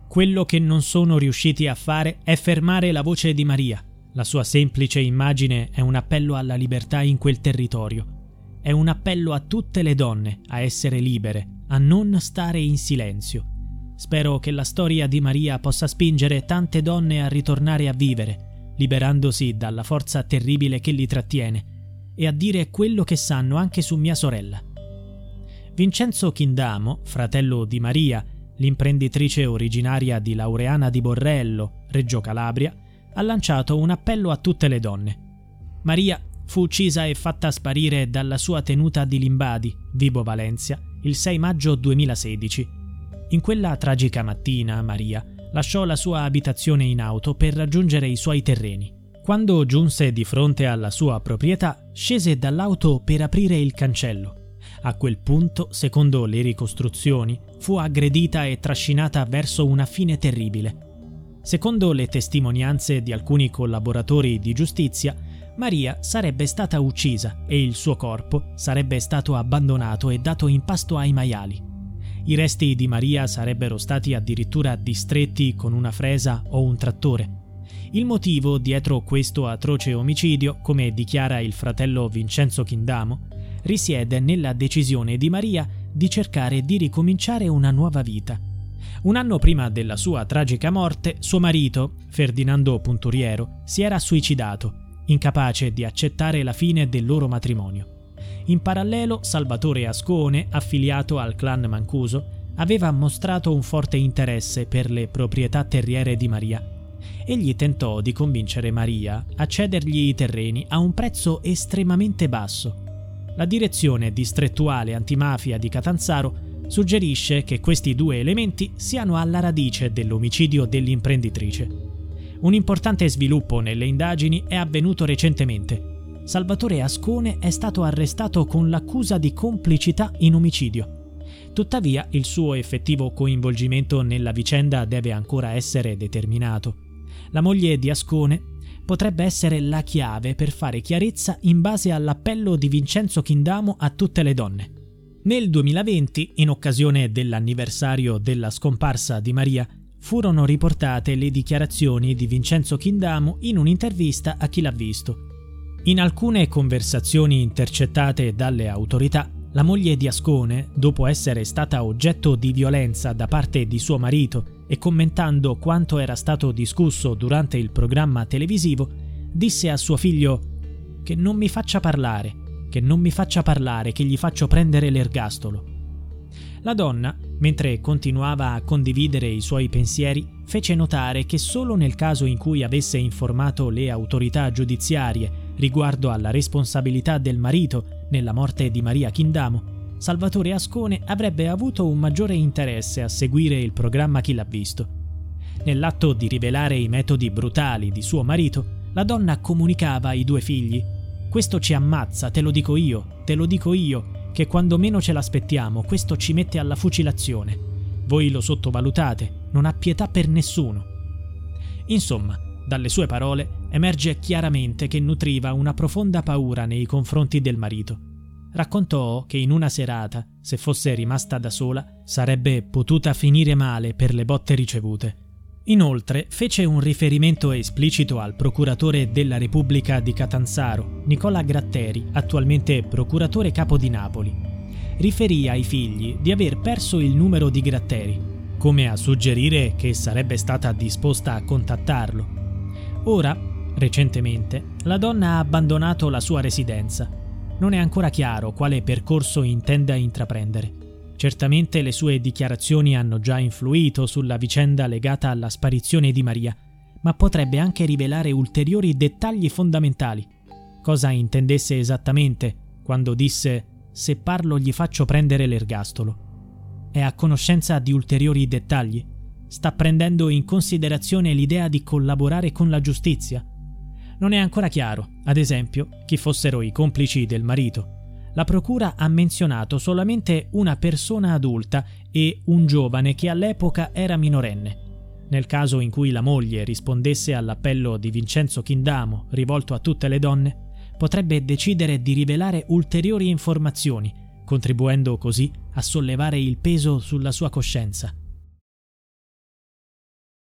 Quello che non sono riusciti a fare è fermare la voce di Maria. La sua semplice immagine è un appello alla libertà in quel territorio. È un appello a tutte le donne a essere libere, a non stare in silenzio. Spero che la storia di Maria possa spingere tante donne a ritornare a vivere, liberandosi dalla forza terribile che li trattiene, e a dire quello che sanno anche su mia sorella. Vincenzo Chindamo, fratello di Maria, l'imprenditrice originaria di Laureana di Borrello, Reggio Calabria, ha lanciato un appello a tutte le donne. Maria fu uccisa e fatta sparire dalla sua tenuta di Limbadi, Vibo Valencia, il 6 maggio 2016. In quella tragica mattina, Maria lasciò la sua abitazione in auto per raggiungere i suoi terreni. Quando giunse di fronte alla sua proprietà, scese dall'auto per aprire il cancello. A quel punto, secondo le ricostruzioni, fu aggredita e trascinata verso una fine terribile. Secondo le testimonianze di alcuni collaboratori di giustizia, Maria sarebbe stata uccisa e il suo corpo sarebbe stato abbandonato e dato in pasto ai maiali. I resti di Maria sarebbero stati addirittura distretti con una fresa o un trattore. Il motivo dietro questo atroce omicidio, come dichiara il fratello Vincenzo Chindamo, risiede nella decisione di Maria di cercare di ricominciare una nuova vita. Un anno prima della sua tragica morte, suo marito, Ferdinando Punturiero, si era suicidato, incapace di accettare la fine del loro matrimonio. In parallelo, Salvatore Ascone, affiliato al clan Mancuso, aveva mostrato un forte interesse per le proprietà terriere di Maria. Egli tentò di convincere Maria a cedergli i terreni a un prezzo estremamente basso. La direzione distrettuale antimafia di Catanzaro suggerisce che questi due elementi siano alla radice dell'omicidio dell'imprenditrice. Un importante sviluppo nelle indagini è avvenuto recentemente. Salvatore Ascone è stato arrestato con l'accusa di complicità in omicidio. Tuttavia, il suo effettivo coinvolgimento nella vicenda deve ancora essere determinato. La moglie di Ascone potrebbe essere la chiave per fare chiarezza in base all'appello di Vincenzo Chindamo a tutte le donne. Nel 2020, in occasione dell'anniversario della scomparsa di Maria, furono riportate le dichiarazioni di Vincenzo Chindamo in un'intervista a Chi l'ha visto. In alcune conversazioni intercettate dalle autorità, la moglie di Ascone, dopo essere stata oggetto di violenza da parte di suo marito e commentando quanto era stato discusso durante il programma televisivo, disse a suo figlio: «Che non mi faccia parlare, che non mi faccia parlare, che gli faccio prendere l'ergastolo». La donna, mentre continuava a condividere i suoi pensieri, fece notare che solo nel caso in cui avesse informato le autorità giudiziarie riguardo alla responsabilità del marito nella morte di Maria Chindamo, Salvatore Ascone avrebbe avuto un maggiore interesse a seguire il programma Chi l'ha visto. Nell'atto di rivelare i metodi brutali di suo marito, la donna comunicava ai due figli: «Questo ci ammazza, te lo dico io, che quando meno ce l'aspettiamo questo ci mette alla fucilazione. Voi lo sottovalutate, non ha pietà per nessuno». Insomma, dalle sue parole emerge chiaramente che nutriva una profonda paura nei confronti del marito. Raccontò che in una serata, se fosse rimasta da sola, sarebbe potuta finire male per le botte ricevute. Inoltre fece un riferimento esplicito al procuratore della Repubblica di Catanzaro, Nicola Gratteri, attualmente procuratore capo di Napoli. Riferì ai figli di aver perso il numero di Gratteri, come a suggerire che sarebbe stata disposta a contattarlo. Ora, recentemente, la donna ha abbandonato la sua residenza. Non è ancora chiaro quale percorso intenda intraprendere. Certamente le sue dichiarazioni hanno già influito sulla vicenda legata alla sparizione di Maria, ma potrebbe anche rivelare ulteriori dettagli fondamentali. Cosa intendesse esattamente quando disse «se parlo gli faccio prendere l'ergastolo»? È a conoscenza di ulteriori dettagli? Sta prendendo in considerazione l'idea di collaborare con la giustizia? Non è ancora chiaro, ad esempio, chi fossero i complici del marito. La procura ha menzionato solamente una persona adulta e un giovane che all'epoca era minorenne. Nel caso in cui la moglie rispondesse all'appello di Vincenzo Chindamo rivolto a tutte le donne, potrebbe decidere di rivelare ulteriori informazioni, contribuendo così a sollevare il peso sulla sua coscienza.